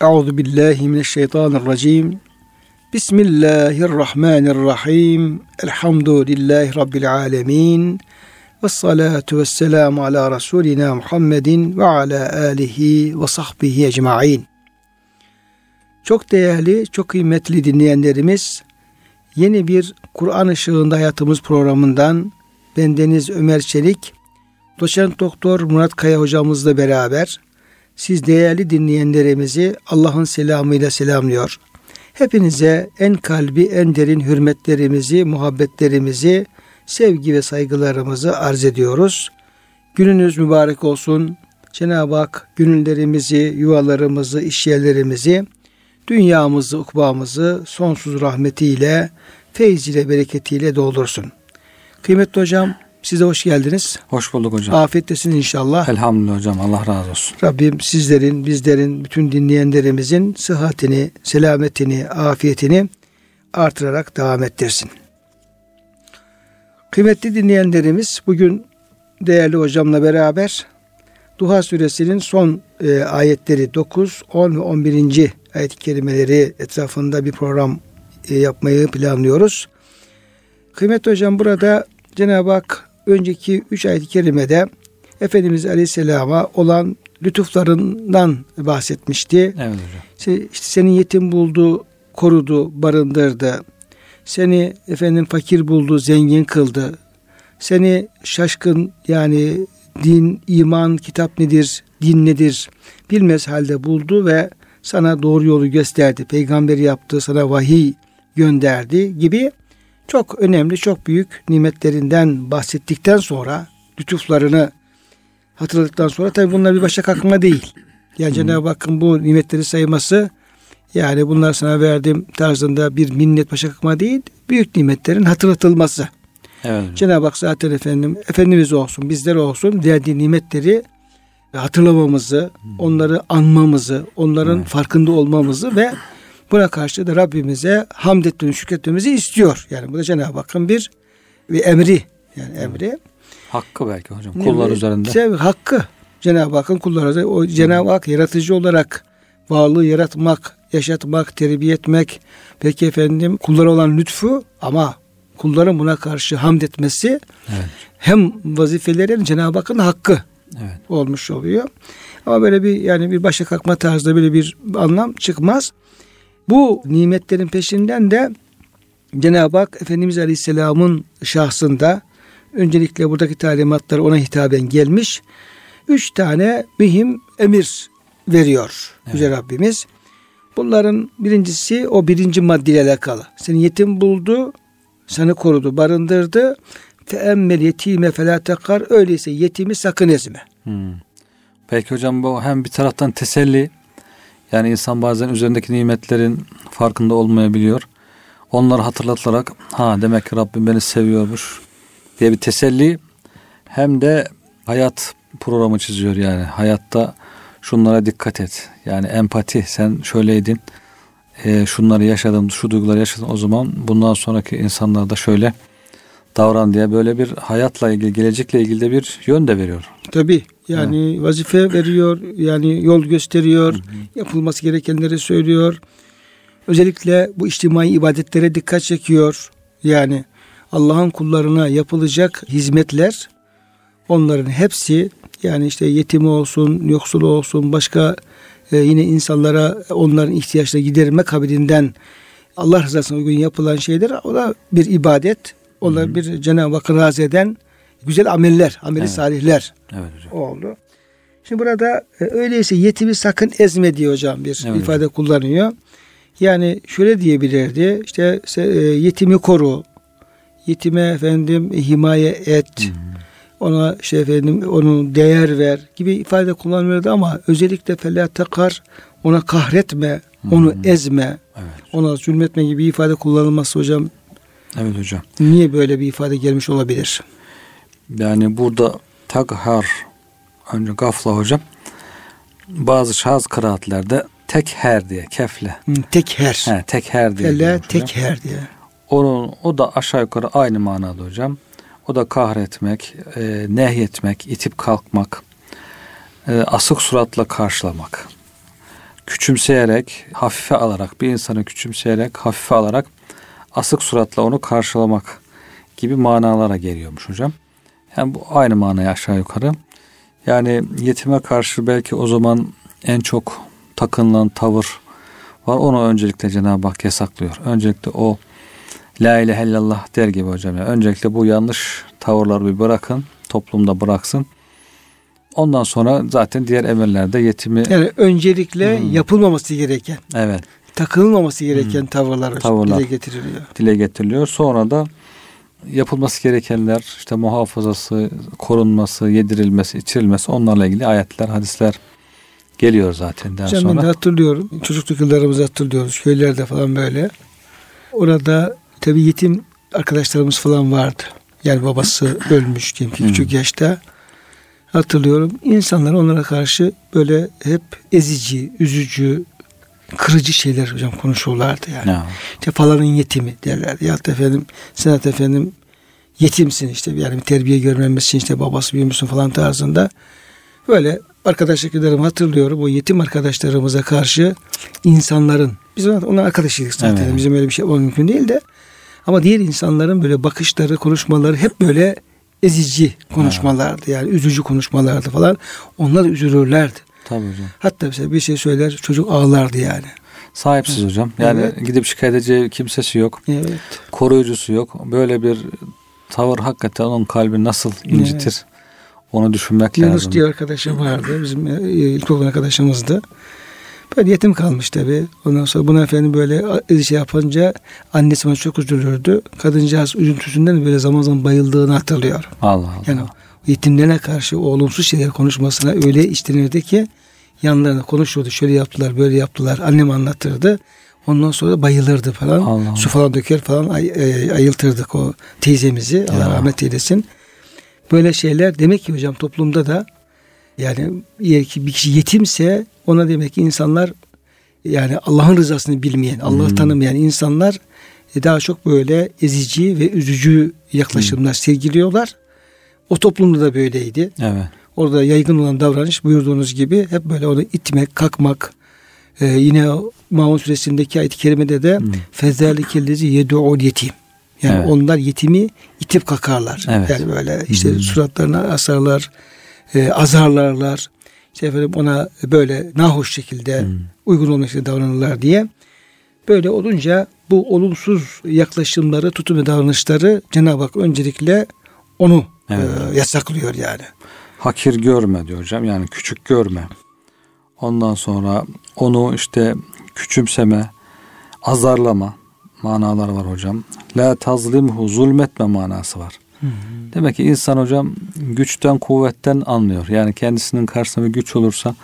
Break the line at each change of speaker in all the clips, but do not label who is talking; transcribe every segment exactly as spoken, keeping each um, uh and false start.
Euzu billahi mineşşeytanirracim. Bismillahirrahmanirrahim. Elhamdülillahi rabbil alamin. Ves salatu vesselamu ala rasulina Muhammedin ve ala alihi ve sahbihi ecmaîn. Çok değerli, çok kıymetli dinleyenlerimiz, yeni bir Kur'an Işığında Hayatımız programından bendeniz Ömer Çelik, Doçent Doktor Murat Kaya hocamızla beraber siz değerli dinleyenlerimizi Allah'ın selamıyla selamlıyor. Hepinize en kalbi, en derin hürmetlerimizi, muhabbetlerimizi, sevgi ve saygılarımızı arz ediyoruz. Gününüz mübarek olsun. Cenab-ı Hak gönüllerimizi, yuvalarımızı, işyerlerimizi, dünyamızı, ukbamızı sonsuz rahmetiyle, feyziyle, bereketiyle doldursun. Kıymetli hocam, size hoş geldiniz.
Hoş bulduk hocam.
Afiyettesin inşallah.
Elhamdülillah hocam. Allah razı olsun.
Rabbim sizlerin, bizlerin, bütün dinleyenlerimizin sıhhatini, selametini, afiyetini artırarak devam ettirsin. Kıymetli dinleyenlerimiz, bugün değerli hocamla beraber Duha suresinin son e, ayetleri dokuz, on ve on birinci ayet-i kerimeleri etrafında bir program e, yapmayı planlıyoruz. Kıymetli hocam, burada Cenab-ı Hak önceki üç ayet-i kerimede Efendimiz Aleyhisselam'a olan lütuflarından bahsetmişti.
Evet hocam.
İşte seni yetim buldu, korudu, barındırdı. Seni efendim fakir buldu, zengin kıldı. Seni şaşkın, yani din, iman, kitap nedir, din nedir bilmez halde buldu ve sana doğru yolu gösterdi. Peygamber yaptı, sana vahiy gönderdi gibi çok önemli, çok büyük nimetlerinden bahsettikten sonra, lütuflarını hatırladıktan sonra, tabi bunlar bir başa kalkma değil. Yani hmm. Cenab-ı Hakk'ın bu nimetleri sayması, yani bunlar sana verdim tarzında bir minnet, başa kalkma değil, büyük nimetlerin hatırlatılması.
Evet.
Cenab-ı Hak zaten efendim, Efendimiz olsun, bizler olsun, verdiği nimetleri hatırlamamızı, hmm. onları anmamızı, onların evet. farkında olmamızı ve buna karşı da Rabbimize hamd etmemizi, şükretmemizi istiyor. Yani bu da Cenab-ı Hakk'ın bir, bir emri. Yani emri. Evet.
Hakkı belki hocam. Kullar yani, üzerinde.
Şey, hakkı. Cenab-ı Hakk'ın kulları üzerinde. O Cenab-ı Hak yaratıcı olarak varlığı yaratmak, yaşatmak, terbiye etmek. Peki efendim kullara olan lütfu, ama kulların buna karşı hamd etmesi evet. hem vazifelerin Cenab-ı Hakk'ın hakkı evet. olmuş oluyor. Ama böyle bir, yani bir başa kalkma tarzında böyle bir anlam çıkmaz. Bu nimetlerin peşinden de Cenab-ı Hak Efendimiz Aleyhisselam'ın şahsında öncelikle buradaki talimatlar ona hitaben gelmiş. Üç tane mühim emir veriyor evet. Yüce Rabbimiz. Bunların birincisi o birinci maddeyle alakalı. Seni yetim buldu, seni korudu, barındırdı. Feemmel yetime felâ tekar. Öyleyse yetimi sakın ezme.
Hmm. Belki hocam bu hem bir taraftan teselli. Yani insan bazen üzerindeki nimetlerin farkında olmayabiliyor. Onları hatırlatılarak ha demek ki Rabbim beni seviyormuş diye bir teselli, hem de hayat programı çiziyor yani. Hayatta şunlara dikkat et. Yani empati, sen şöyleydin, e, şunları yaşadın, şu duyguları yaşadın, o zaman bundan sonraki insanlar da şöyle davran diye böyle bir hayatla ilgili, gelecekle ilgili de bir yön de veriyor.
Tabii. Yani evet. vazife veriyor, yani yol gösteriyor, hı hı. yapılması gerekenleri söylüyor. Özellikle bu içtimai ibadetlere dikkat çekiyor. Yani Allah'ın kullarına yapılacak hizmetler, onların hepsi, yani işte yetimi olsun, yoksulu olsun, başka e, yine insanlara onların ihtiyaçları giderme kabilinden Allah rızasına uygun yapılan şeyler, o da bir ibadet. Onlar hı hı. bir Cenab-ı Hakk'ı razı eden güzel ameller, ameli evet. salihler evet hocam. oldu. Şimdi burada e, öyleyse yetimi sakın ezme diye hocam bir evet. ifade kullanıyor. Yani şöyle diyebilirdi, işte e, yetimi koru, yetime efendim himaye et, hı hı. ona şey efendim onu değer ver gibi ifade kullanıyordu, ama özellikle felâ tekar, ona kahretme, hı hı. onu ezme, evet. ona zulmetme gibi ifade kullanılması hocam.
Evet hocam.
Niye böyle bir ifade gelmiş olabilir?
Yani burada takhar, önce gafla hocam, bazı şaz kıraatlerde tekher diye, kefle.
Hı, tekher.
He, tekher diye.
Fele tekher diye.
Onun, o da aşağı yukarı aynı manada hocam. O da kahretmek, e, nehyetmek, itip kalkmak, e, asık suratla karşılamak, küçümseyerek, hafife alarak, bir insanı küçümseyerek, hafife alarak asık suratla onu karşılamak gibi manalara geliyormuş hocam. Yani bu aynı manaya aşağı yukarı. Yani yetime karşı belki o zaman en çok takınılan tavır var. Onu öncelikle Cenab-ı Hak yasaklıyor. Öncelikle o la ilahe illallah der gibi hocam. Yani öncelikle bu yanlış tavırları bir bırakın. Toplumda bıraksın. Ondan sonra zaten diğer emirlerde yetimi...
Yani öncelikle hmm. yapılmaması gereken,
evet,
takılmaması gereken hmm. tavırlar,
tavırlar
dile getiriliyor.
Dile getiriliyor. Sonra da yapılması gerekenler, işte muhafazası, korunması, yedirilmesi, içirilmesi, onlarla ilgili ayetler, hadisler geliyor zaten daha
Hocam
sonra.
Ben de hatırlıyorum. Çocukluk yıllarımızı hatırlıyoruz. Köylerde falan böyle. Orada tabii yetim arkadaşlarımız falan vardı. Yani babası ölmüş diyelim ki küçük yaşta. Hatırlıyorum. İnsanlar onlara karşı böyle hep ezici, üzücü, kırıcı şeyler hocam konuşuyorlardı yani. Ya. İşte falanın yetimi derlerdi. Ya efendim, sen efendim yetimsin işte, yani bir terbiye görmemişsin, işte babası büyümüşsün falan tarzında. Böyle arkadaşlıklarımı hatırlıyorum. O yetim arkadaşlarımıza karşı insanların, biz ona arkadaşıydık zaten. Evet. Bizim öyle bir şey olmak mümkün değil de. Ama diğer insanların böyle bakışları, konuşmaları hep böyle ezici konuşmalardı. Yani üzücü konuşmalardı falan. Onlar üzülürlerdi.
Tabii hocam.
Hatta mesela bir şey söyler, çocuk ağlardı yani.
Sahipsiz evet. hocam. Yani evet. gidip şikayet edeceği kimsesi yok. Evet. Koruyucusu yok. Böyle bir tavır hakikaten onun kalbini nasıl incitir? Evet. Onu düşünmek
Yunus
lazım.
Yunus diye arkadaşım vardı. Bizim ilkokul arkadaşımızdı. Böyle yetim kalmış tabii. Ondan sonra buna efendim böyle şey yapınca annesi bana çok üzülürdü. Kadıncağız üzüntüsünden böyle zaman zaman bayıldığını hatırlıyor.
Allah Allah.
Yani yetimlerine karşı o olumsuz şeyler konuşmasına öyle içtenirdi ki yanlarında konuşuyordu. Şöyle yaptılar, böyle yaptılar. Annem anlatırdı. Ondan sonra da bayılırdı falan. Allah Su falan döker falan ay, ay, ayıltırdık o teyzemizi. Allah ya. rahmet eylesin. Böyle şeyler demek ki hocam toplumda da, yani eğer ki bir kişi yetimse ona demek ki insanlar, yani Allah'ın rızasını bilmeyen, Allah'ı hmm. tanımayan insanlar daha çok böyle ezici ve üzücü yaklaşımlar hmm. sergiliyorlar. O toplumda da böyleydi. Evet. Orada yaygın olan davranış buyurduğunuz gibi hep böyle onu itmek, kakmak. Ee, yine Maun suresindeki ayet-i kerimede de fezzalikellezi yed'ul yetim. Yani evet. onlar yetimi itip kakarlar. Evet. Yani böyle işte hmm. suratlarına asarlar, e, azarlarlar. İşte efendim ona böyle nahoş şekilde hmm. uygun olmak şekilde davranırlar diye. Böyle olunca bu olumsuz yaklaşımları, tutum ve davranışları Cenab-ı Hak öncelikle onu evet. e, yasaklıyor yani.
Hakir görme diyor hocam. Yani küçük görme. Ondan sonra onu işte küçümseme, azarlama manaları var hocam. La tazlimhu, zulmetme manası var. Hı hı. Demek ki insan hocam güçten, kuvvetten anlıyor. Yani kendisinin karşısında bir güç olursa,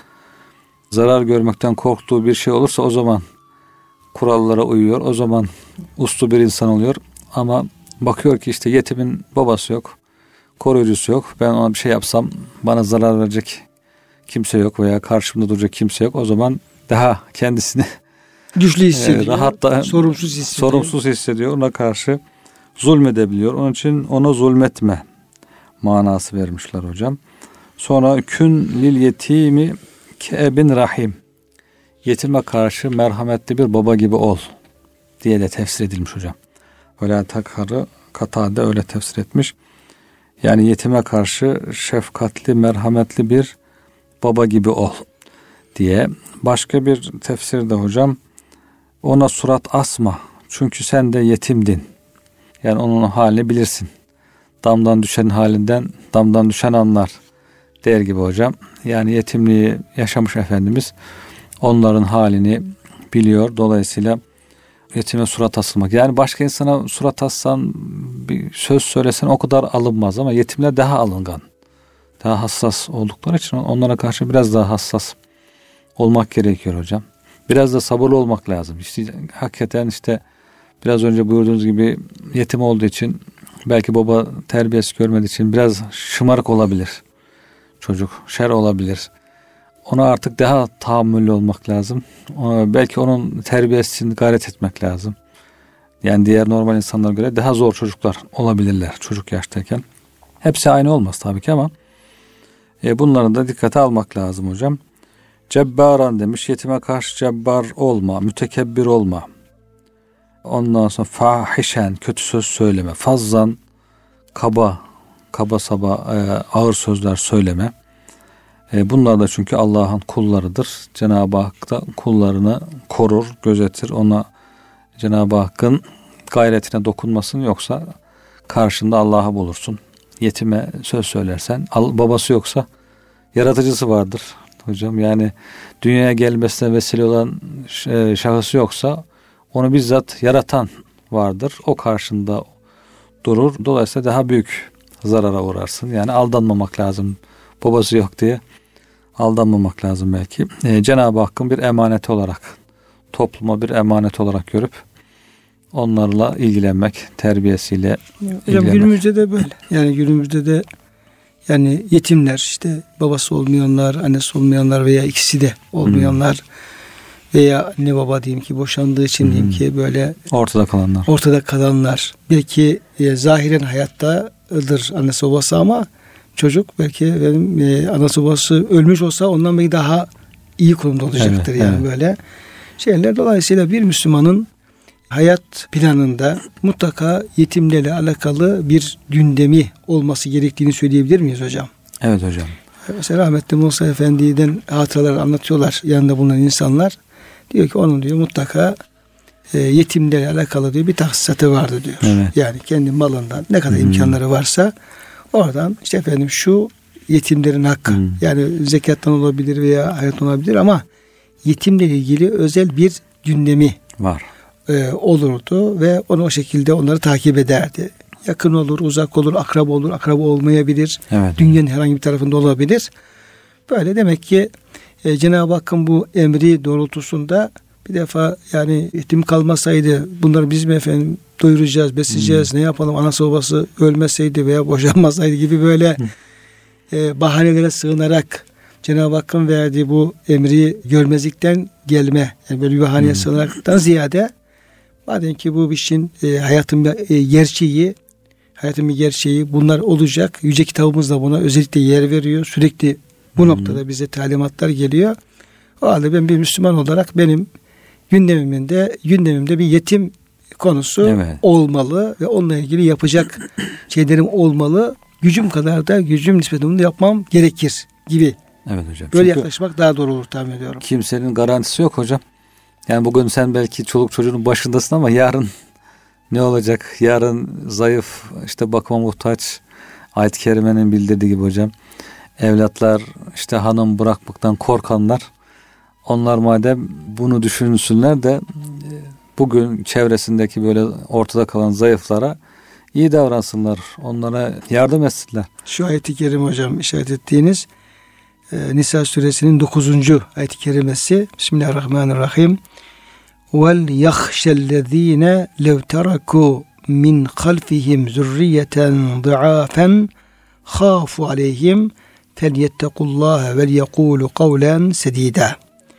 zarar görmekten korktuğu bir şey olursa o zaman kurallara uyuyor. O zaman uslu bir insan oluyor. Ama bakıyor ki işte yetimin babası yok, koruyucusu yok. Ben ona bir şey yapsam bana zarar verecek kimse yok veya karşımda duracak kimse yok. O zaman daha kendisini
güçlü hissediyor.
Rahat da,
sorumsuz hissediyor.
Sorumsuz hissediyor. Ona karşı zulmedebiliyor. Onun için ona zulmetme manası vermişler hocam. Sonra kün lil yetimi ke'ebin rahim. Yetime karşı merhametli bir baba gibi ol diye de tefsir edilmiş hocam. Öyle takarı Katade öyle tefsir etmiş. Yani yetime karşı şefkatli, merhametli bir baba gibi ol diye. Başka bir tefsirde hocam, ona surat asma çünkü sen de yetimdin. Yani onun halini bilirsin. Damdan düşen halinden damdan düşen anlar der gibi hocam. Yani yetimliği yaşamış Efendimiz onların halini biliyor. Dolayısıyla yetime surat asılmak. Yani başka insana surat assan, bir söz söylesen o kadar alınmaz ama yetimler daha alıngan. Daha hassas oldukları için onlara karşı biraz daha hassas olmak gerekiyor hocam. Biraz da sabırlı olmak lazım. İşte hakikaten işte biraz önce buyurduğunuz gibi yetim olduğu için, belki baba terbiyesi görmediği için biraz şımarık olabilir. Çocuk şer olabilir. Ona artık daha tahammüllü olmak lazım. Ona, belki onun terbiyesini gayret etmek lazım. Yani diğer normal insanlara göre daha zor çocuklar olabilirler çocuk yaştayken. Hepsi aynı olmaz tabii ki ama e, bunları da dikkate almak lazım hocam. Cebbaran demiş. Yetime karşı cebbar olma, mütekebbir olma. Ondan sonra fahişen, kötü söz söyleme. Fazzan, kaba, kaba saba ağır sözler söyleme. Bunlar da çünkü Allah'ın kullarıdır. Cenab-ı Hak da kullarını korur, gözetir. Ona Cenab-ı Hakk'ın gayretine dokunmasın, yoksa karşında Allah'ı bulursun. Yetime söz söylersen, babası yoksa yaratıcısı vardır hocam. Yani dünyaya gelmesine vesile olan şahıs yoksa onu bizzat yaratan vardır. O karşında durur. Dolayısıyla daha büyük zarara uğrarsın. Yani aldanmamak lazım. Babası yok diye aldanmamak lazım belki. Ee, Cenab-ı Hakk'ın bir emaneti olarak, topluma bir emanet olarak görüp onlarla ilgilenmek, terbiyesiyle
Hocam
ilgilenmek.
Günümüzde de böyle. Yani günümüzde de yani yetimler, işte babası olmayanlar, annesi olmayanlar veya ikisi de olmayanlar hmm. veya anne baba diyeyim ki boşandığı için hmm. diyeyim ki böyle
ortada kalanlar.
Ortada kalanlar. Belki e, zahiren hayattadır annesi babası ama çocuk belki benim e, anası babası ölmüş olsa ondan belki daha iyi konumda olacaktır. Evet, yani evet. Böyle şeyler. Dolayısıyla bir Müslümanın hayat planında mutlaka yetimlerle alakalı bir gündemi olması gerektiğini söyleyebilir miyiz hocam?
Evet hocam.
Mesela rahmetli Musa Efendi'den hatıralar anlatıyorlar yanında bulunan insanlar. Diyor ki onun diyor mutlaka e, yetimlerle alakalı diyor bir tahsisatı vardı diyor.
Evet. Yani
kendi malından ne kadar hmm. imkanları varsa oradan işte efendim şu yetimlerin hakkı hmm. yani zekattan olabilir veya hayattan olabilir ama yetimlerle ilgili özel bir gündemi
var.
E, olurdu ve onu o şekilde onları takip ederdi. Yakın olur, uzak olur, akraba olur, akraba olmayabilir.
Evet.
Dünyanın herhangi bir tarafında olabilir. Böyle demek ki e, Cenab-ı Hakk'ın bu emri doğrultusunda bir defa yani yetim kalmasaydı bunları biz mi efendim doyuracağız, besleyeceğiz, hmm. ne yapalım anası babası ölmeseydi veya boşanmasaydı gibi böyle e, bahanelere sığınarak Cenab-ı Hakk'ın verdiği bu emri görmezlikten gelme, yani böyle bir bahaneye hmm. sığınaraktan ziyade madem ki bu işin e, hayatın bir e, gerçeği, hayatın bir gerçeği bunlar olacak. Yüce kitabımız da buna özellikle yer veriyor. Sürekli bu hmm. noktada bize talimatlar geliyor. O halde ben bir Müslüman olarak benim gündemimde gündemimde bir yetim konusu evet. olmalı ve onunla ilgili yapacak şeylerim olmalı. Gücüm kadar da gücüm nispetinde yapmam gerekir gibi.
Evet hocam.
Böyle çünkü yaklaşmak daha doğru olur tahmin ediyorum.
Kimsenin garantisi yok hocam. Yani bugün sen belki çoluk çocuğun başındasın ama yarın ne olacak? Yarın zayıf, işte bakıma muhtaç, ayet-i kerimenin bildirdiği gibi hocam. Evlatlar işte hanım bırakmaktan korkanlar. Onlar madem bunu düşünsünler de bugün çevresindeki böyle ortada kalan zayıflara iyi davransınlar. Onlara yardım etsinler.
Şu ayet-i kerime hocam işaret ettiğiniz e, Nisa suresinin dokuzuncu ayet-i kerimesi. Bismillahirrahmanirrahim. Vel yahşellezine lev teraku min halfihim zurriyeten dıafen khafu aleyhim felyettequllaha vel yekulu kavlen sedida.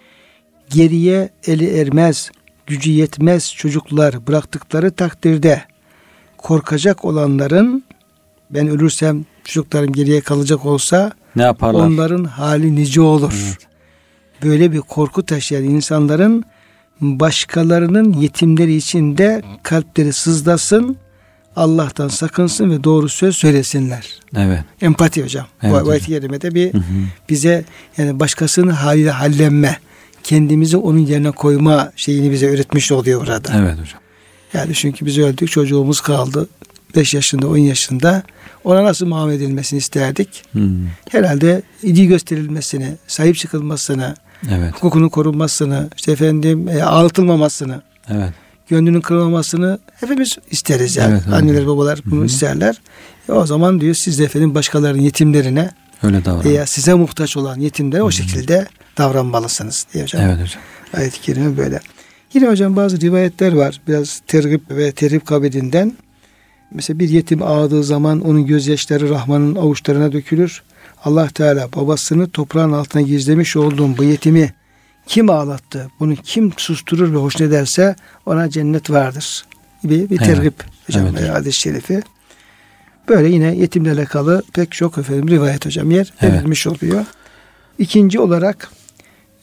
Geriye eli ermez, gücü yetmez çocuklar bıraktıkları takdirde korkacak olanların, ben ölürsem çocuklarım geriye kalacak olsa
ne yaparlar?
Onların hali nice olur. Evet. Böyle bir korku taşıyan insanların başkalarının yetimleri için de kalpleri sızlasın, Allah'tan sakınsın ve doğru söz söylesinler.
Evet.
Empati hocam.
Evet,
bu ayet-i kerimede bir hı hı. bize yani başkasının haliyle hallenme, kendimizi onun yerine koyma şeyini bize öğretmiş oluyor burada.
Evet hocam.
Yani çünkü biz öldük, çocuğumuz kaldı beş yaşında, on yaşında. Ona nasıl muamele edilmesini isterdik? Hmm. Herhalde ilgi gösterilmesini, sahip çıkılmasını,
evet.
hukukunun korunmasını, işte efendim e, ağlatılmamasını,
evet.
gönlünün kırılmamasını hepimiz isteriz yani. Evet, anneler, evet. babalar bunu Hı-hı. isterler. E, o zaman diyor siz de efendim başkalarının yetimlerine
öyle davranın.
Veya size muhtaç olan yetimlere Hı-hı. o şekilde davranmalısınız diye hocam.
Evet hocam.
Ayet-i kerime böyle. Yine hocam bazı rivayetler var. Biraz tergip ve terhip kabilinden. Mesela bir yetim ağladığı zaman onun gözyaşları Rahman'ın avuçlarına dökülür. Allah Teala babasını toprağın altına gizlemiş olduğum bu yetimi kim ağlattı? Bunu kim susturur ve hoşnederse ona cennet vardır. Bir, bir tergip evet. hocam. Evet. Hadis-i şerifi. Böyle yine yetimle alakalı pek çok efendim rivayet hocam yer evet. verilmiş oluyor. İkinci olarak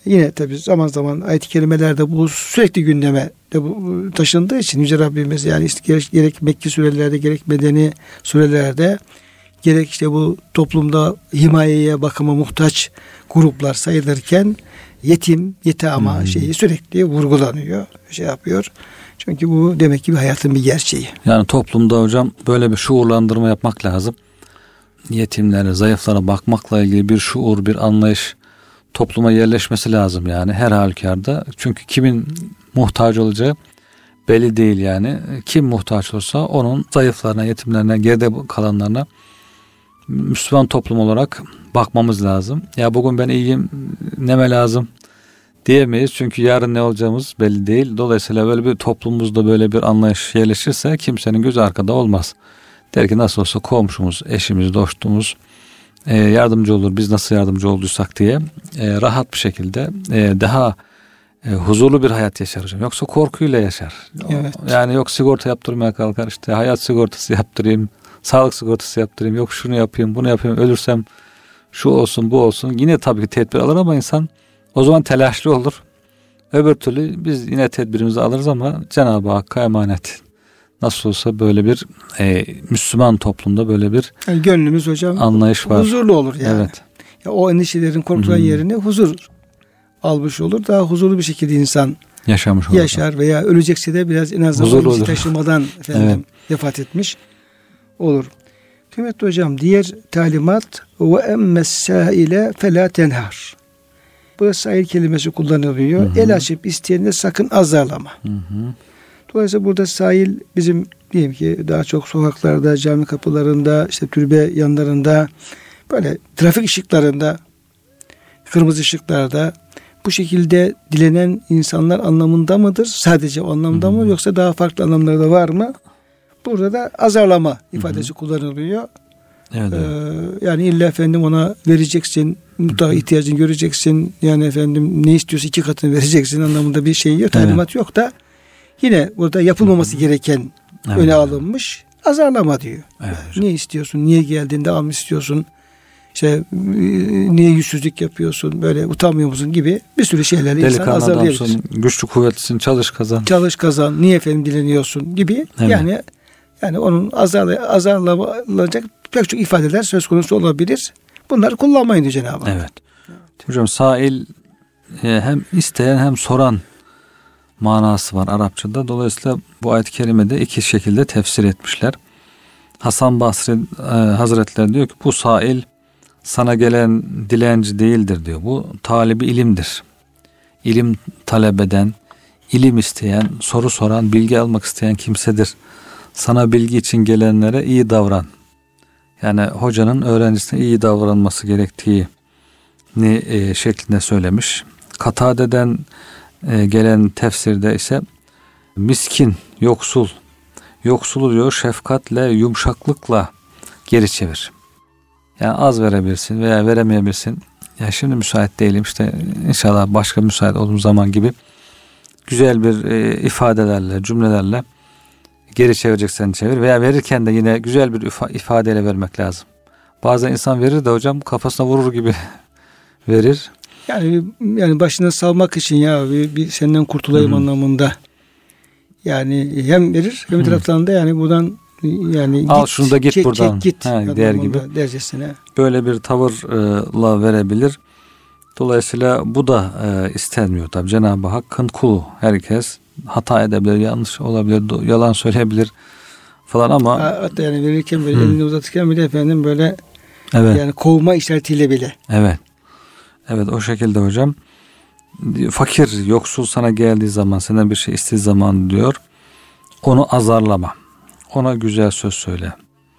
Yine tabii zaman zaman ayet-i kerimelerde bu sürekli gündeme de bu taşındığı için Yüce Rabbimiz yani işte gerek, gerek Mekki surelerde gerek Medeni surelerde gerek işte bu toplumda himayeye, bakıma muhtaç gruplar sayılırken yetim, yetama hmm. şeyi sürekli vurgulanıyor, şey yapıyor. Çünkü bu demek ki bir hayatın bir gerçeği.
Yani toplumda hocam böyle bir şuurlandırma yapmak lazım. Yetimlere, zayıflara bakmakla ilgili bir şuur, bir anlayış topluma yerleşmesi lazım yani her halükarda. Çünkü kimin muhtaç olacağı belli değil yani. Kim muhtaç olursa onun zayıflarına, yetimlerine, geride kalanlarına Müslüman toplum olarak bakmamız lazım. Ya bugün ben iyiyim, neme lazım diyemeyiz. Çünkü yarın ne olacağımız belli değil. Dolayısıyla böyle bir toplumumuzda böyle bir anlayış yerleşirse kimsenin gözü arkada olmaz. Der ki nasıl olsa komşumuz, eşimiz, dostumuz e, yardımcı olur. Biz nasıl yardımcı olduysak diye e, rahat bir şekilde e, daha e, huzurlu bir hayat yaşar hocam. Yoksa korkuyla yaşar.
Evet.
Yani yok sigorta yaptırmaya kalkar, işte hayat sigortası yaptırayım, sağlık sigortası yaptırayım, yok şunu yapayım, bunu yapayım, ölürsem şu olsun, bu olsun. Yine tabii ki tedbir alır ama insan o zaman telaşlı olur. Öbür türlü biz yine tedbirimizi alırız ama Cenab-ı Hakk'a emanet. Nasıl olsa böyle bir e, Müslüman toplumda böyle bir
yani gönlümüz hocam
anlayış var.
Huzurlu olur yani.
Evet.
Ya o endişelerin, korkuların hmm. yerine huzur almış olur. Daha huzurlu bir şekilde insan
yaşamış olur.
Yaşar veya ölecekse de biraz en azından o taşımadan efendim evet. vefat etmiş olur. Kıymetli hocam diğer talimat ve emmessâile felâ tenhar. Bu sail kelimesi kullanılıyor. Hı hı. El açıp isteyene sakın azarlama. Hı hı. Dolayısıyla burada sahil bizim diyelim ki daha çok sokaklarda, cami kapılarında, işte türbe yanlarında, böyle trafik ışıklarında, kırmızı ışıklarda bu şekilde dilenen insanlar anlamında mıdır? Sadece o anlamda mı yoksa daha farklı anlamları da var mı? Burada da azarlama ifadesi hı hı. kullanılıyor. Evet, evet. Ee, yani illa efendim ona vereceksin, mutlaka ihtiyacını göreceksin. Yani efendim ne istiyorsa iki katını vereceksin anlamında bir şey yok. Talimat evet. yok da yine burada yapılmaması hı hı. gereken evet. öne alınmış. Azarlama diyor. Evet, yani niye istiyorsun? Niye geldiğinde al istiyorsun? İşte niye yüzsüzlük yapıyorsun? Böyle utanmıyor musun gibi bir sürü şeylerle insan azarlayabilir. Adamsın,
güçlü kuvvetlisin, çalış kazan.
Çalış kazan. Niye efendim dileniyorsun gibi. Evet. Yani yani onun azarla, azarlanacak pek çok ifadeler söz konusu olabilir. Bunları kullanmayın diyor Cenab-ı Hak.
Evet. Hocam sail hem isteyen hem soran manası var Arapçada. Dolayısıyla bu ayet-i kerimede iki şekilde tefsir etmişler. Hasan Basri e, Hazretleri diyor ki bu sail sana gelen dilenci değildir diyor. Bu talibi ilimdir. İlim talep eden, ilim isteyen, soru soran, bilgi almak isteyen kimsedir. Sana bilgi için gelenlere iyi davran. Yani hocanın öğrencisine iyi davranması gerektiğini e, şeklinde söylemiş. Katade'den e, gelen tefsirde ise miskin, yoksul, yoksulu diyor şefkatle, yumuşaklıkla geri çevir. Yani az verebilirsin veya veremeyebilirsin. Ya şimdi müsait değilim işte inşallah başka müsait olduğum zaman gibi güzel bir e, ifadelerle, cümlelerle geri çevireceksen çevir veya verirken de yine güzel bir ifadeyle vermek lazım. Bazen insan verir de hocam kafasına vurur gibi verir.
Yani yani başına salmak için ya bir, bir senden kurtulayım hmm. anlamında. Yani hem verir hem bir taraftan da yani buradan yani
al
git,
şunu da git
çek,
buradan.
Çek, git
ha, diğer gibi.
Dercesine.
Böyle bir tavırla verebilir. Dolayısıyla bu da e, istenmiyor tabii. Cenab-ı Hakk'ın kulu. Herkes hata edebilir, yanlış olabilir, yalan söyleyebilir falan ama
hatta yani verirken böyle hmm. elini uzatırken bile efendim böyle
evet.
yani kovma işaretiyle bile.
Evet. Evet o şekilde hocam. Fakir, yoksul sana geldiği zaman, senden bir şey istediği zaman diyor, onu azarlama. Ona güzel söz söyle.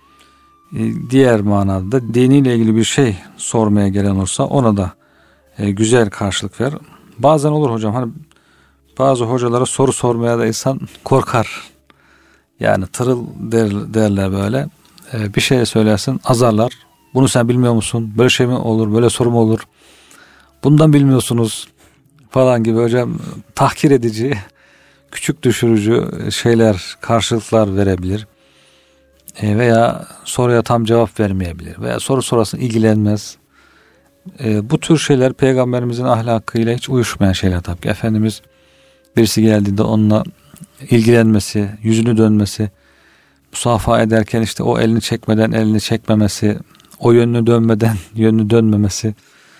Diğer manada diniyle ilgili bir şey sormaya gelen olsa ona da e, güzel karşılık ver. Bazen olur hocam hani bazı hocalara soru sormaya da insan korkar. Yani tırıl der, derler böyle. E, bir şey söylersin azarlar. Bunu sen bilmiyor musun? Böyle şey mi olur? Böyle soru mu olur? Bundan bilmiyorsunuz falan gibi hocam tahkir edici, küçük düşürücü şeyler, karşılıklar verebilir. E, veya soruya tam cevap vermeyebilir. Veya soru sorasın ilgilenmez. E, bu tür şeyler Peygamberimizin ahlakıyla hiç uyuşmayan şeyler tabii ki. Efendimiz birisi geldiğinde onunla ilgilenmesi, yüzünü dönmesi, musafaha ederken işte o elini çekmeden elini çekmemesi, o yönünü dönmeden yönünü dönmemesi,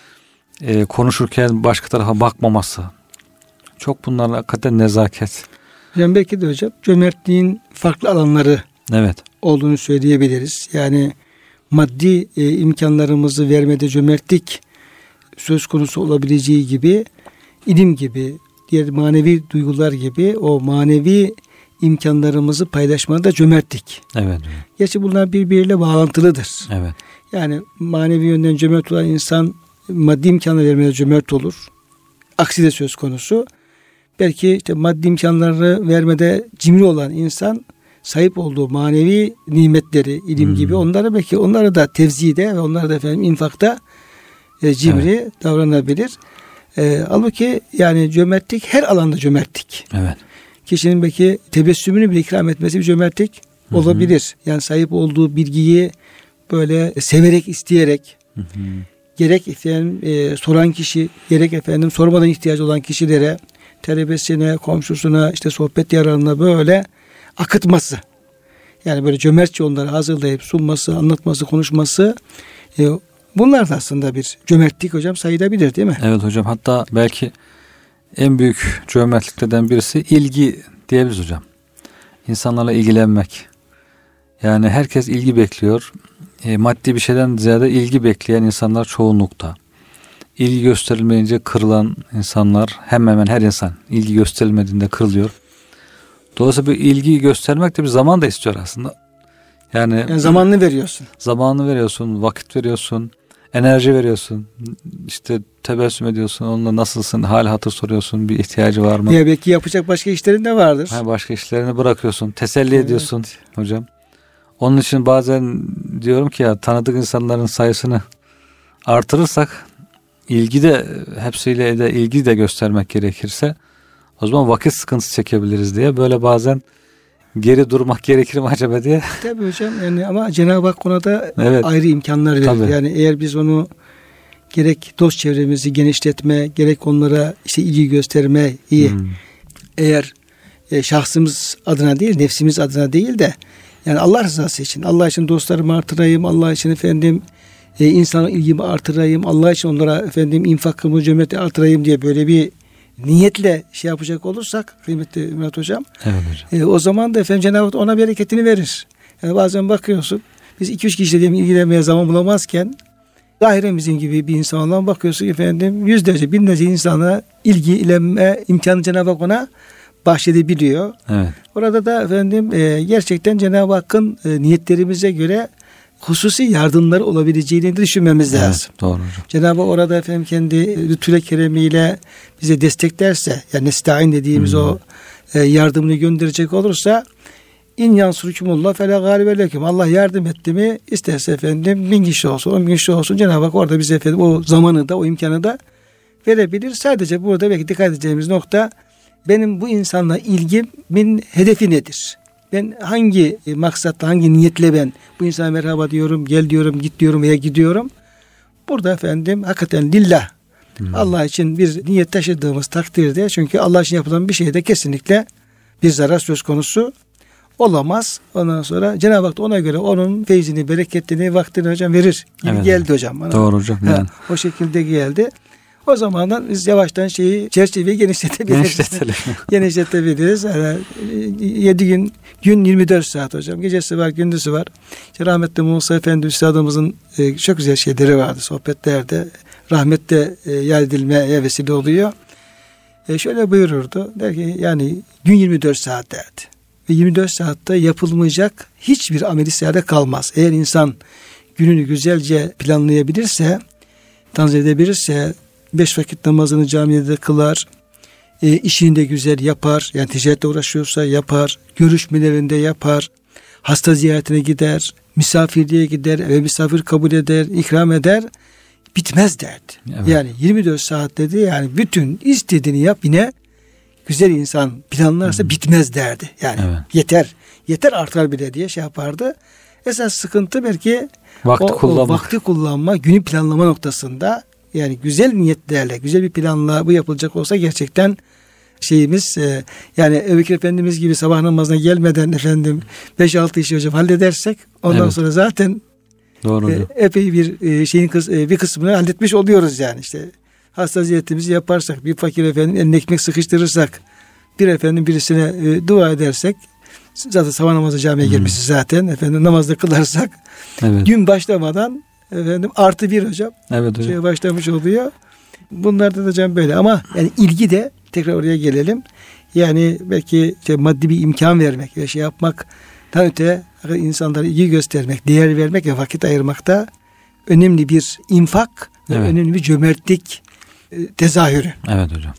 e, konuşurken başka tarafa bakmaması. Çok bunlarla hakikaten nezaket.
Yani belki de hocam cömertliğin farklı alanları
evet.
olduğunu söyleyebiliriz. Yani maddi e, imkanlarımızı vermede cömertlik söz konusu olabileceği gibi, ilim gibi, diğer manevi duygular gibi o manevi imkanlarımızı paylaşmada cömertlik.
Evet.
Gerçi bunlar birbiriyle bağlantılıdır.
Evet.
Yani manevi yönden cömert olan insan maddi imkanları vermede cömert olur. Aksi de söz konusu. Belki işte maddi imkanları vermede cimri olan insan sahip olduğu manevi nimetleri, ilim hmm. gibi onları belki onları da tevzide ve onları da efendim infakta e, cimri evet. davranabilir. E, halbuki yani cömertlik her alanda cömertlik.
Evet.
Kişinin belki tebessümünü bile ikram etmesi bir cömertlik hı hı. olabilir. Yani sahip olduğu bilgiyi böyle severek, isteyerek hı hı. gerek efendim e, soran kişi, gerek efendim sormadan ihtiyacı olan kişilere, talebesine, komşusuna, işte sohbet yararına böyle akıtması. Yani böyle cömertçe onları hazırlayıp sunması, anlatması, konuşması e, bunlar da aslında bir cömertlik hocam sayılabilir değil mi?
Evet hocam, hatta belki en büyük cömertliklerden birisi ilgi diyebiliriz hocam. İnsanlarla ilgilenmek. Yani herkes ilgi bekliyor. E, maddi bir şeyden ziyade ilgi bekleyen insanlar çoğunlukta. İlgi gösterilmeyince kırılan insanlar, hemen hemen her insan ilgi gösterilmediğinde kırılıyor. Dolayısıyla bir ilgi göstermek de bir zaman da istiyor aslında. Yani,
yani zamanını veriyorsun.
Zamanını veriyorsun, vakit veriyorsun, enerji veriyorsun. İşte tebessüm ediyorsun, onunla nasılsın, hal hatır soruyorsun, bir ihtiyacı var mı?
Ya belki yapacak başka işlerin de vardır.
Ha, başka işlerini bırakıyorsun, teselli evet. ediyorsun hocam. Onun için bazen diyorum ki ya, tanıdık insanların sayısını artırırsak, ilgi de hepsiyle de ilgi de göstermek gerekirse, o zaman vakit sıkıntısı çekebiliriz diye böyle bazen geri durmak gerekir mi acaba diye.
Tabii hocam, yani ama Cenab-ı Hak konuda evet. ayrı imkanlar verir.
Tabii.
Yani eğer biz onu gerek dost çevremizi genişletme, gerek onlara işte ilgi gösterme iyi. Hmm. Eğer e, şahsımız adına değil, nefsimiz adına değil de yani Allah rızası için, Allah için dostlarımı artırayım, Allah için efendim e, insana ilgimi artırayım, Allah için onlara efendim infakımı, cömertliği artırayım diye böyle bir niyetle şey yapacak olursak kıymetli Murat Hocam,
evet hocam.
E, o zaman da efendim Cenab-ı Hak ona bereketini verir. Yani bazen bakıyorsun biz iki üç kişiyle diyelim ilgilenmeye zaman bulamazken zahiremizin gibi bir insanla bakıyorsun efendim yüzlerce binlerce insana ilgilenme imkanı Cenab-ı Hak ona bahşedebiliyor.
Evet.
Orada da efendim e, gerçekten Cenab-ı Hakk'ın e, niyetlerimize göre hususi yardımları olabileceğini düşünmemiz
evet,
lazım.
Doğru hocam.
Cenab-ı Hak orada efendim kendi lütfüyle keremiyle bize desteklerse, yani nestaîn dediğimiz hmm. o e, yardımını gönderecek olursa İn yansurkumullah fela gâlibe leküm. Allah yardım etti mi isterse efendim bin kişi olsun, on bin kişi olsun, Cenab-ı Hak orada bize efendim o zamanı da o imkanı da verebilir. Sadece burada belki dikkat edeceğimiz nokta, benim bu insanla ilgimin hedefi nedir? Ben hangi maksatla, hangi niyetle ben bu insana merhaba diyorum, gel diyorum, git diyorum veya gidiyorum. Burada efendim hakikaten lillah, hmm. Allah için bir niyet taşıdığımız takdirde, çünkü Allah için yapılan bir şeyde kesinlikle bir zarar söz konusu olamaz. Ondan sonra Cenab-ı Hak da ona göre onun feyzini, bereketini, vaktini hocam verir gibi evet. geldi hocam bana.
Doğru hocam. Yani.
Ha, o şekilde geldi. O zamandan biz yavaştan şeyi, çerçeveyi genişletebiliriz.
Genişletelim.
Genişletebiliriz. Yani yedi gün, gün yirmi dört saat hocam. Gecesi var, gündüzü var. İşte rahmetli Musa Efendi Üstadımızın e, çok güzel şeyleri vardı sohbetlerde. Rahmette e, yad edilmeye vesile oluyor. E, şöyle buyururdu. Der ki yani gün yirmi dört saat derdi. Ve yirmi dört saatte yapılmayacak hiçbir ameli seherde kalmaz. Eğer insan gününü güzelce planlayabilirse, tanzim edebilirse, beş vakit namazını camide de kılar, e, işini de güzel yapar, yani ticaretle uğraşıyorsa yapar, görüşmelerinde yapar, hasta ziyaretine gider, misafirliğe gider, eve misafir kabul eder, ikram eder, bitmez derdi. Evet. Yani yirmi dört saat dedi, yani bütün istediğini yap, yine güzel insan planlarsa hmm. bitmez derdi. Yani evet. yeter, yeter artar bile diye şey yapardı. Esas sıkıntı belki
vakti,
o,
kullanmak.
o vakti kullanma, günü planlama noktasında yani güzel niyetlerle, güzel bir planla bu yapılacak olsa gerçekten şeyimiz e, yani Ebu Bekir Efendimiz gibi sabah namazına gelmeden efendim beş altı işi hocam halledersek ondan evet. sonra zaten
doğru.
E, epey bir e, şeyin kıs, e, bir kısmını halletmiş oluyoruz yani. İşte hasta ziyaretimizi yaparsak, bir fakir efendim eline ekmek sıkıştırırsak, bir efendim birisine e, dua edersek, zaten sabah namazı camiye hmm. gelmişiz zaten efendim, namazda kılarsak evet. gün başlamadan efendim artı bir hocam, evet, hocam. Şeye başlamış oluyor. Bunlarda da hocam böyle ama yani ilgi de tekrar oraya gelelim. Yani belki işte maddi bir imkan vermek ve şey yapmak, daha öte insanlara ilgi göstermek, değer vermek ve vakit ayırmakta önemli bir infak evet. ve önemli bir cömertlik e, tezahürü.
Evet hocam.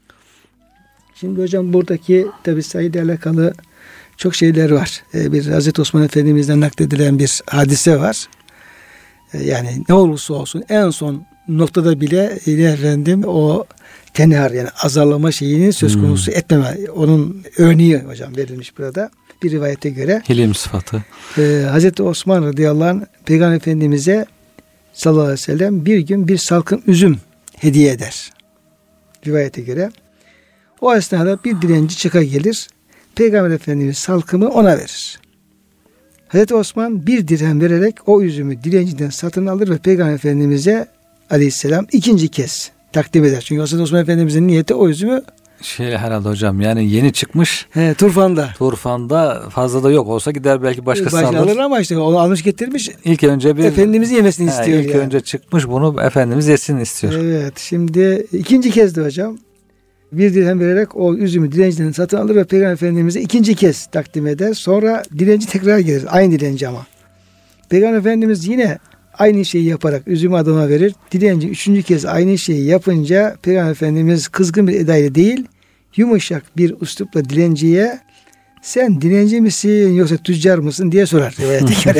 Şimdi hocam buradaki tabi sayıyla alakalı çok şeyler var. E, bir Hazreti Osman Efendimiz'den nakledilen bir hadise var. E, yani ne olursa olsun en son noktada bile e, efendim o tenhar yani azarlama şeyini söz konusu hmm. etmeme. Onun örneği hocam verilmiş burada. Bir rivayete göre.
Hilim sıfatı.
E, Hazreti Osman radıyallahu anh Peygamber Efendimiz'e sallallahu aleyhi ve sellem bir gün bir salkım üzüm hediye eder. Rivayete göre. O esnada bir dilenci çıka gelir. Peygamber Efendimiz salkımı ona verir. Hazreti Osman bir dirhem vererek o üzümü dilenciden satın alır ve Peygamber Efendimiz'e aleyhisselam ikinci kez takdim eder. Çünkü Hazreti Osman Efendimiz'in niyeti o üzümü
şey herhalde hocam yani yeni çıkmış.
He, turfanda.
Turfanda fazla da yok olsa gider belki başkası alır.
alır ama işte onu almış getirmiş.
İlk önce bir
Efendimizin yemesini he, istiyor.
İlk
yani.
önce çıkmış bunu Efendimiz yesin istiyor.
Evet, şimdi ikinci kez de hocam bir dirhem vererek o üzümü dilenciden satın alır ve Peygamber Efendimiz'e ikinci kez takdim eder. Sonra dilenci tekrar gelir. Aynı dilenci ama. Peygamber Efendimiz yine aynı şeyi yaparak üzümü adama verir. Dilenci üçüncü kez aynı şeyi yapınca Peygamber Efendimiz kızgın bir edayla değil, yumuşak bir üslupla dilenciye sen dilenci misin yoksa tüccar mısın diye sorar. işte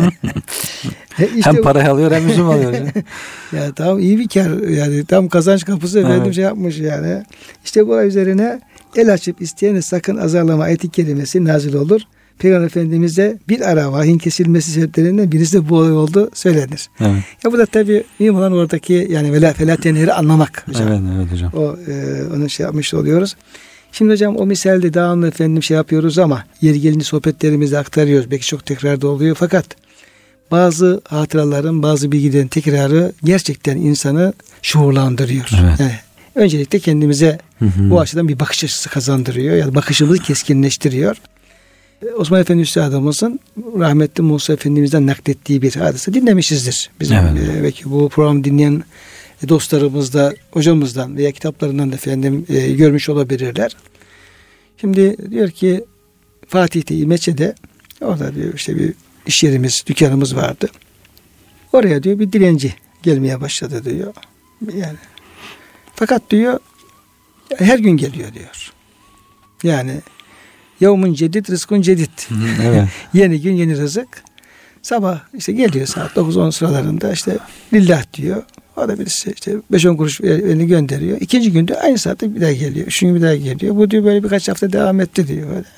hem parayı alıyor hem üzüm alıyor.
Ya tam iyi bir kar yani tam kazanç kapısı efendim evet. şey yapmış yani. İşte bu üzerine el açıp isteyene sakın azarlama ayet-i kerimesi nazil olur. Peygamber Efendimiz'e bir ara vahyin kesilmesi sebeplerinden birisi de bu olay oldu söylenir. Evet. Ya bu da tabii mühim olan oradaki yani vela fela tenhiri anlamak hocam.
Evet, evet hocam.
O e, onu şey yapmış oluyoruz. Şimdi hocam o misalde devamlı efendim şey yapıyoruz ama yeri gelince sohbetlerimizi aktarıyoruz. Belki çok tekrarda oluyor fakat bazı hatıraların, bazı bilgilerin tekrarı gerçekten insanı şuurlandırıyor. Evet. Yani öncelikle kendimize hı hı. bu açıdan bir bakış açısı kazandırıyor. Yani bakışımızı keskinleştiriyor. Osman Efendi Üstadımızın rahmetli Musa Efendimiz'den naklettiği bir hadise dinlemişizdir. Bizim evet. e, belki bu programı dinleyen dostlarımız da hocamızdan veya kitaplarından da efendim e, görmüş olabilirler. Şimdi diyor ki Fatih'te Meçe'de orada diyor işte bir iş yerimiz, dükkanımız vardı. Oraya diyor bir dilenci gelmeye başladı diyor. Yani fakat diyor her gün geliyor diyor. Yani yevmun cedid, rızkun cedid. Evet. Yeni gün, yeni rızık. Sabah işte geliyor saat dokuz on sıralarında işte lillah diyor. O da birisi işte beş on kuruş elini gönderiyor. İkinci günde aynı saatte bir daha geliyor. Üçüncü bir daha geliyor. Bu diyor böyle birkaç hafta devam etti diyor. Böyle,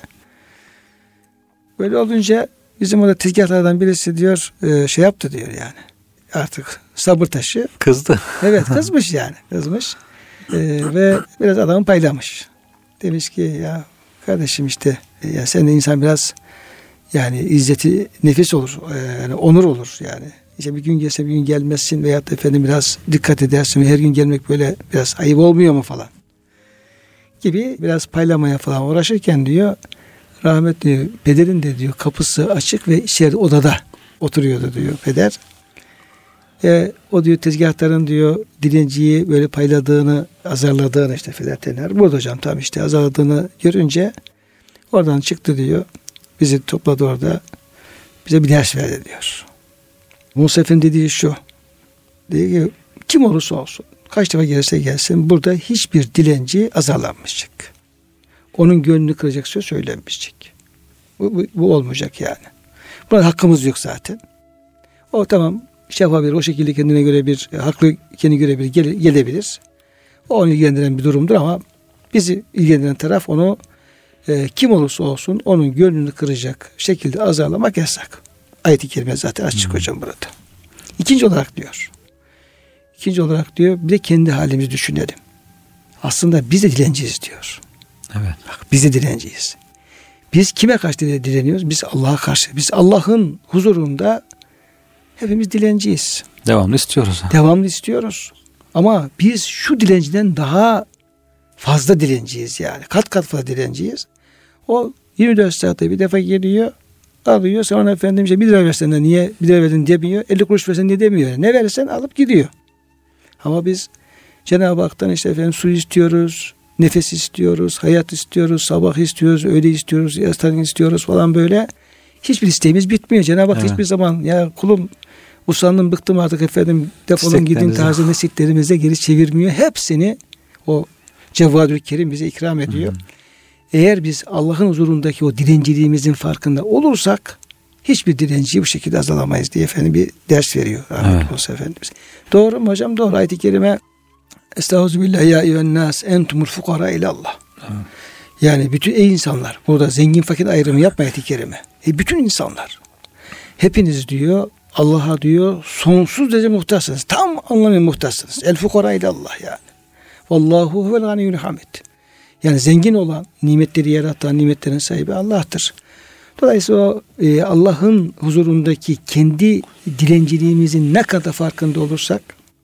böyle olunca bizim orada tezgahlardan birisi diyor e, şey yaptı diyor yani. Artık sabır taşı.
Kızdı.
Evet kızmış yani. Kızmış. E, ve biraz adamı paylamış. Demiş ki ya kardeşim işte ya sen de insan biraz yani izzeti nefis olur. E, yani onur olur yani. İşte bir gün gelse bir gün gelmezsin veyahut da efendim biraz dikkat edersin ve her gün gelmek böyle biraz ayıp olmuyor mu falan gibi biraz paylamaya falan uğraşırken diyor rahmetli pederin de diyor kapısı açık ve içeride odada oturuyordu diyor peder. E, o diyor tezgahların diyor dilenciyi böyle payladığını azarladığını işte Feder Tener burada hocam tam işte azarladığını görünce oradan çıktı diyor. Bizi topladı orada bize bir ders verdi diyor. Musa Efendi dediği şu. Diyor ki kim olursa olsun kaç defa gelirse gelsin burada hiçbir dilenci azarlanmayacak. Onun gönlünü kıracak söz söylenmeyecek. Bu, bu, bu olmayacak yani. Buna hakkımız yok zaten. O tamam şey yapabilir. O şekilde kendine göre bir haklı kendine göre bir gele, gelebilir. O onu ilgilendiren bir durumdur ama bizi ilgilendiren taraf onu e, kim olursa olsun onun gönlünü kıracak şekilde azarlamak yasak. Ayet-i kerime zaten açık hmm. hocam burada. İkinci olarak diyor. İkinci olarak diyor bir de kendi halimizi düşünelim. Aslında biz de dilenciyiz diyor.
Evet.
Bak, biz de dilenciyiz. Biz kime karşı dileniyoruz? Biz Allah'a karşı. Biz Allah'ın huzurunda hepimiz dilenciyiz.
Devamlı istiyoruz.
Devamlı istiyoruz. Ama biz şu dilenciden daha fazla dilenciyiz yani. Kat kat fazla dilenciyiz. O yirmi dört saatte bir defa geliyor, alıyor. Sonra efendimce bir lira versen de niye bir lira verdin demiyor. elli kuruş versen diye demiyor. Ne verirsen alıp gidiyor. Ama biz Cenab-ı Hak'tan işte efendim su istiyoruz, nefes istiyoruz, hayat istiyoruz, sabah istiyoruz, öğle istiyoruz, yastan istiyoruz falan böyle. Hiçbir isteğimiz bitmiyor. Cenab-ı Hak evet. hiçbir zaman ya kulum usandım bıktım artık efendim defolun gidin tarzı nesiplerimize geri çevirmiyor. Hepsini o Cevvadül Kerim bize ikram ediyor. Hmm. Eğer biz Allah'ın huzurundaki o dilenciliğimizin farkında olursak hiçbir dilenciyi bu şekilde azalamayız diye efendim bir ders veriyor. Evet. Efendimiz. Doğru mu hocam? Doğru. Ayet-i Kerime Estağfirullah ya eyyühennâs entumul fukara ilallah. Evet. Yani bütün ey insanlar. Burada zengin fakir ayrımı yapma ayet-i kerime. E bütün insanlar. Hepiniz diyor Allah'a diyor sonsuz derece muhtaçsınız. Tam anlamıyla muhtaçsınız. El fukara ilallah yani. Vallahu huvel ganiyyul hamid. Yani zengin olan, nimetleri yaratan, nimetlerin sahibi Allah'tır. Dolayısıyla o e, Allah'ın huzurundaki kendi dilenciliğimizin ne kadar farkında olursak,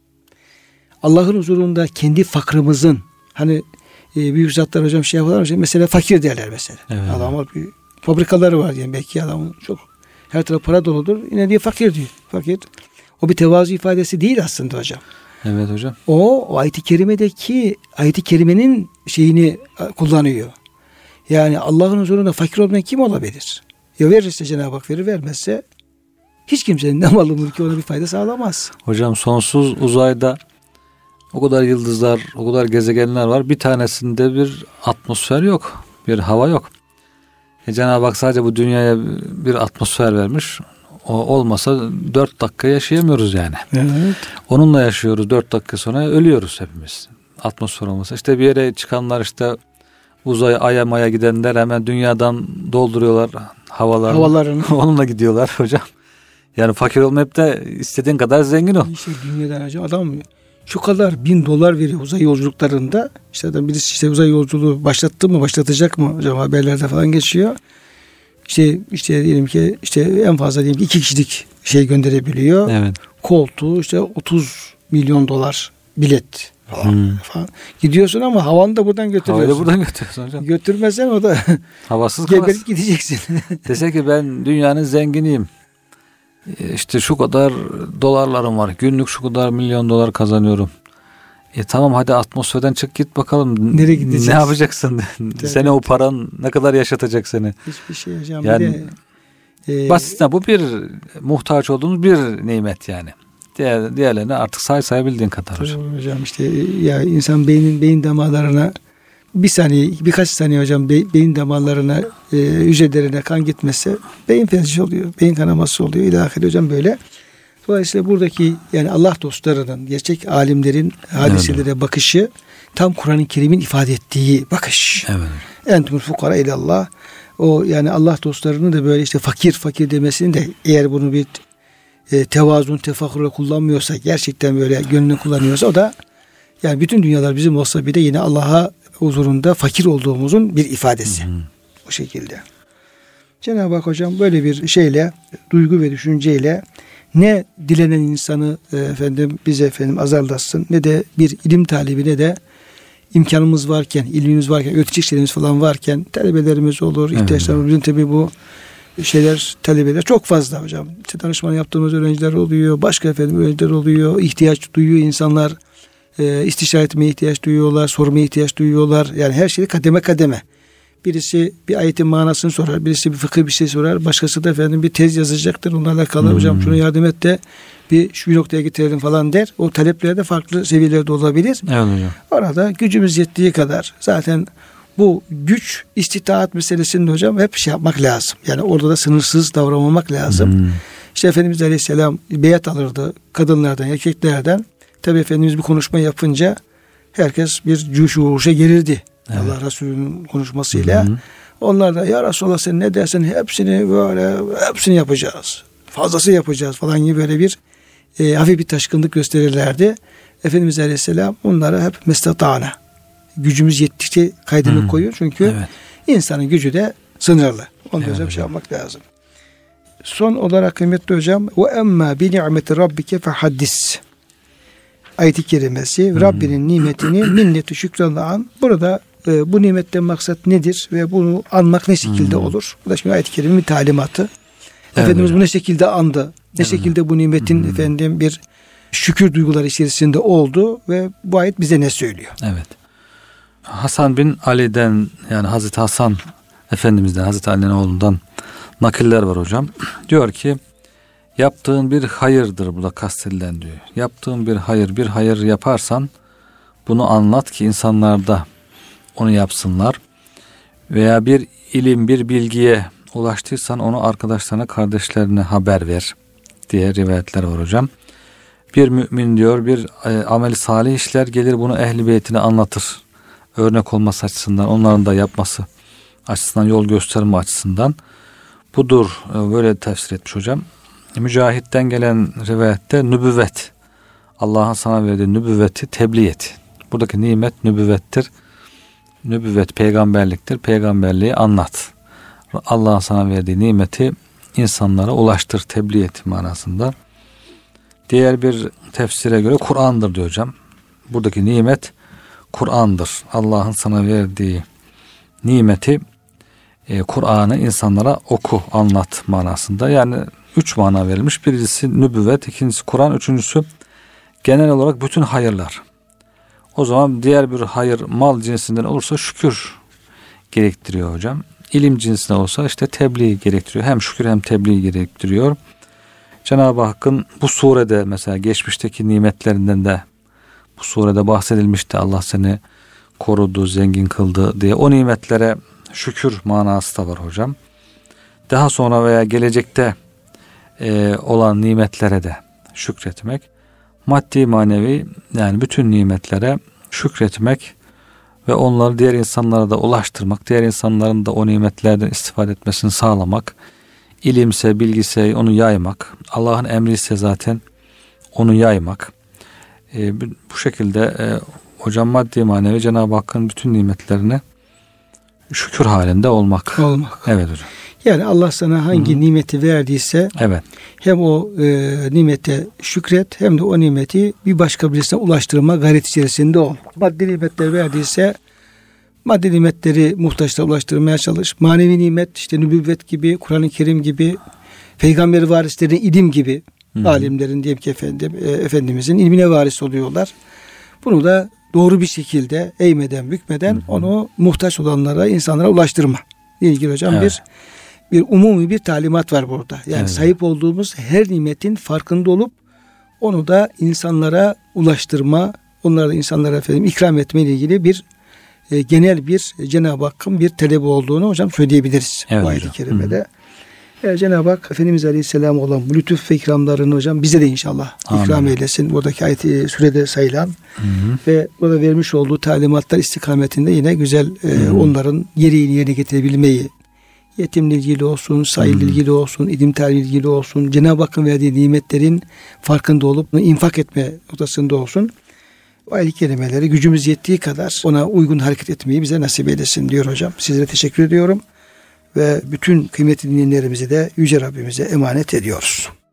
Allah'ın huzurunda kendi fakrımızın, hani e, büyük zatlar hocam şey yapıyorlar, hocam, mesela fakir derler mesela. Evet. Adamın bir fabrikaları var yani belki adamın çok her taraf para doludur. Yine diye fakir diyor. Fakir. O bir tevazu ifadesi değil aslında hocam.
Evet hocam.
O, o ayet-i kerimedeki ayet-i kerimenin şeyini kullanıyor. Yani Allah'ın huzurunda fakir olmayan kim olabilir? Ya verirse Cenab-ı Hak verir, vermezse hiç kimsenin ne malı mülkü ona bir fayda sağlamaz.
Hocam sonsuz uzayda o kadar yıldızlar, o kadar gezegenler var. Bir tanesinde bir atmosfer yok. Bir hava yok. E Cenab-ı Hak sadece bu dünyaya bir atmosfer vermiş. O olmasa dört dakika yaşayamıyoruz yani.
Evet.
Onunla yaşıyoruz. Dört dakika sonra ölüyoruz hepimiz. Atmosfer olmasa. İşte bir yere çıkanlar işte uzaya, aya maya gidenler hemen dünyadan dolduruyorlar havalarını. Havalarını. Onunla gidiyorlar hocam. Yani fakir olmayıp da istediğin kadar zengin ol.
İşte dünyadan hocam adam şu kadar bin dolar veriyor uzay yolculuklarında. İşte adam birisi işte uzay yolculuğu başlattı mı, başlatacak mı hocam haberlerde falan geçiyor. İşte işte diyelim ki işte en fazla diyelim ki iki kişilik şey gönderebiliyor.
Evet.
Koltuğu işte otuz milyon dolar bilet falan, hmm. falan. Gidiyorsun ama havanı da buradan götürüyorsun.
Havayı da buradan götürüyorsun hocam.
Götürmezsen o da
havasız
geberip gideceksin.
Dese ki ben dünyanın zenginiyim. İşte şu kadar dolarlarım var. Günlük şu kadar milyon dolar kazanıyorum. E tamam hadi atmosferden çık git bakalım.
Nereye gideceksin?
Ne yapacaksın? Seni o paran ne kadar yaşatacak seni?
Hiçbir şey hocam.
Yani
de, e,
basitçe bu bir muhtaç olduğumuz bir nimet yani. Diğer, diğerlerini artık say sayabildiğin kadar hocam.
Hocam işte ya insan beynin beyin damarlarına bir saniye birkaç saniye hocam be, beyin damarlarına e, hücrelerine kan gitmese beyin felci oluyor. Beyin kanaması oluyor. İlahir hocam böyle. Dolayısıyla buradaki yani Allah dostlarının, gerçek alimlerin hadiselere evet. bakışı tam Kur'an-ı Kerim'in ifade ettiği bakış.
Evet.
Entumul fukara ilallah. O yani Allah dostlarının da böyle işte fakir fakir demesini de eğer bunu bir e, tevazun, tefahürle kullanmıyorsa, gerçekten böyle gönlünü kullanıyorsa o da yani bütün dünyalar bizim olsa bile yine Allah'a huzurunda fakir olduğumuzun bir ifadesi. Hı hı. O şekilde. Cenab-ı Hak hocam böyle bir şeyle, duygu ve düşünceyle ne dilenen insanı e, efendim bize efendim azarlasın, ne de bir ilim talibi, ne de imkanımız varken, ilmimiz varken, öğretecek şeylerimiz falan varken talebelerimiz olur, ihtiyaçlarımız. Bizim tabii bu şeyler, talebeler çok fazla hocam. İşte danışman yaptığımız öğrenciler oluyor, başka efendim öğrenciler oluyor, ihtiyaç duyuyor insanlar, e, istişare etmeye ihtiyaç duyuyorlar, sormaya ihtiyaç duyuyorlar. Yani her şeyi kademe kademe. Birisi bir ayetin manasını sorar, birisi bir fıkıh bir şey sorar, başkası da efendim bir tez yazacaktır. Onunla alakalı hmm. hocam şuna yardım et de bir şu noktaya getirelim falan der. O talepler de farklı seviyelerde olabilir.
Evet hocam.
Orada gücümüz yettiği kadar zaten bu güç istitaat meselesinde hocam hep şey yapmak lazım. Yani orada da sınırsız davranmamak lazım. Hmm. İşte Efendimiz Aleyhisselam beyat alırdı kadınlardan, erkeklerden. Tabii Efendimiz bir konuşma yapınca herkes bir cuşuşa gelirdi. Evet. Allah Resulü'nün konuşmasıyla. Hı hı. Onlar da ya Resulallah sen ne dersen hepsini böyle hepsini yapacağız. Fazlası yapacağız falan gibi böyle bir e, hafif bir taşkınlık gösterirlerdi. Efendimiz Aleyhisselam onlara hep mestata'na, gücümüz yettikçe kaydını hmm. koyuyor. Çünkü evet. insanın gücü de sınırlı. Onu evet, şey yapmak lazım. Son olarak kıymetli hocam, ve emma bi ni'meti rabbike fehaddis ayet-i kerimesi, hmm. Rabbinin nimetini minneti şükranla an. Burada e, bu nimetten maksat nedir ve bunu anmak ne şekilde hmm. olur? Bu da şimdi ayet-i kerimenin talimatı. Evet, Efendimiz hocam. Bu ne şekilde andı? Ne evet. şekilde bu nimetin hmm. efendim bir şükür duyguları içerisinde oldu ve bu ayet bize ne söylüyor?
Evet. Hasan bin Ali'den, yani Hazreti Hasan Efendimiz'den, Hazreti Ali'nin oğlundan nakiller var hocam. Diyor ki, yaptığın bir hayırdır bu da kastedilen diyor. Yaptığın bir hayır, bir hayır yaparsan bunu anlat ki insanlar da onu yapsınlar. Veya bir ilim, bir bilgiye ulaştıysan onu arkadaşlarına, kardeşlerine haber ver diye rivayetler var hocam. Bir mümin diyor bir e, amel salih işler, gelir bunu ehli beytine anlatır. Örnek olması açısından, onların da yapması açısından, yol gösterme açısından. Budur, e, böyle tefsir etmiş hocam. Mücahit'ten gelen rivayette nübüvvet, Allah'ın sana verdiği nübüvveti tebliğ et. Buradaki nimet nübüvvettir. Nübüvvet peygamberliktir. Peygamberliği anlat. Allah'ın sana verdiği nimeti insanlara ulaştır, tebliğ et manasında. Diğer bir tefsire göre Kur'an'dır diyor hocam. Buradaki nimet Kur'an'dır. Allah'ın sana verdiği nimeti e, Kur'an'ı insanlara oku, anlat manasında. Yani üç mana verilmiş. Birincisi nübüvvet, ikincisi Kur'an, üçüncüsü genel olarak bütün hayırlar. O zaman diğer bir hayır mal cinsinden olursa şükür gerektiriyor hocam. İlim cinsinden olsa işte tebliğ gerektiriyor. Hem şükür hem tebliğ gerektiriyor. Cenab-ı Hakk'ın bu surede mesela geçmişteki nimetlerinden de bu surede bahsedilmişti. Allah seni korudu, zengin kıldı diye. O nimetlere şükür manası da var hocam. Daha sonra veya gelecekte e, olan nimetlere de şükretmek. Maddi manevi yani bütün nimetlere şükretmek ve onları diğer insanlara da ulaştırmak, diğer insanların da o nimetlerden istifade etmesini sağlamak, ilimse, bilgise onu yaymak, Allah'ın emri ise zaten onu yaymak. E, bu şekilde e, hocam maddi manevi Cenab-ı Hakk'ın bütün nimetlerine şükür halinde olmak.
Olmak.
Evet hocam.
Yani Allah sana hangi Hı-hı. nimeti verdiyse
evet.
hem o e, nimete şükret hem de o nimeti bir başka birisine ulaştırma gayret içerisinde ol. Maddi nimetler verdiyse maddi nimetleri muhtaçlara ulaştırmaya çalış. Manevi nimet işte nübüvvet gibi, Kur'an-ı Kerim gibi, peygamber varislerinin ilim gibi, Hı-hı. alimlerin diyelim ki efendim, e, Efendimizin ilmine varis oluyorlar. Bunu da doğru bir şekilde eğmeden, bükmeden Hı-hı. onu muhtaç olanlara, insanlara ulaştırma. İlgili hocam evet. bir bir umumi bir talimat var burada. Yani evet. sahip olduğumuz her nimetin farkında olup onu da insanlara ulaştırma, onları da insanlara efendim ikram etme ile ilgili bir e, genel bir Cenab-ı Hakk'ın bir talebi olduğunu hocam söyleyebiliriz evet, bu ayet-i kerimede. E, Cenab-ı Hak Efendimiz Aleyhisselam olan bu lütuf ve ikramlarını hocam bize de inşallah Amin. ikram eylesin. Buradaki ayet-i sürede sayılan hı hı. ve burada vermiş olduğu talimatlar istikametinde yine güzel e, onların gereğini yerine getirebilmeyi, yetimle ilgili olsun, sahille hmm. ilgili olsun, ilimlerle ilgili olsun, Cenab-ı Hakk'ın verdiği nimetlerin farkında olup infak etme noktasında olsun. O ayet-i kerimeleri gücümüz yettiği kadar ona uygun hareket etmeyi bize nasip eylesin diyor hocam. Sizlere teşekkür ediyorum ve bütün kıymetli dinleyenlerimizi de Yüce Rabbimize emanet ediyoruz.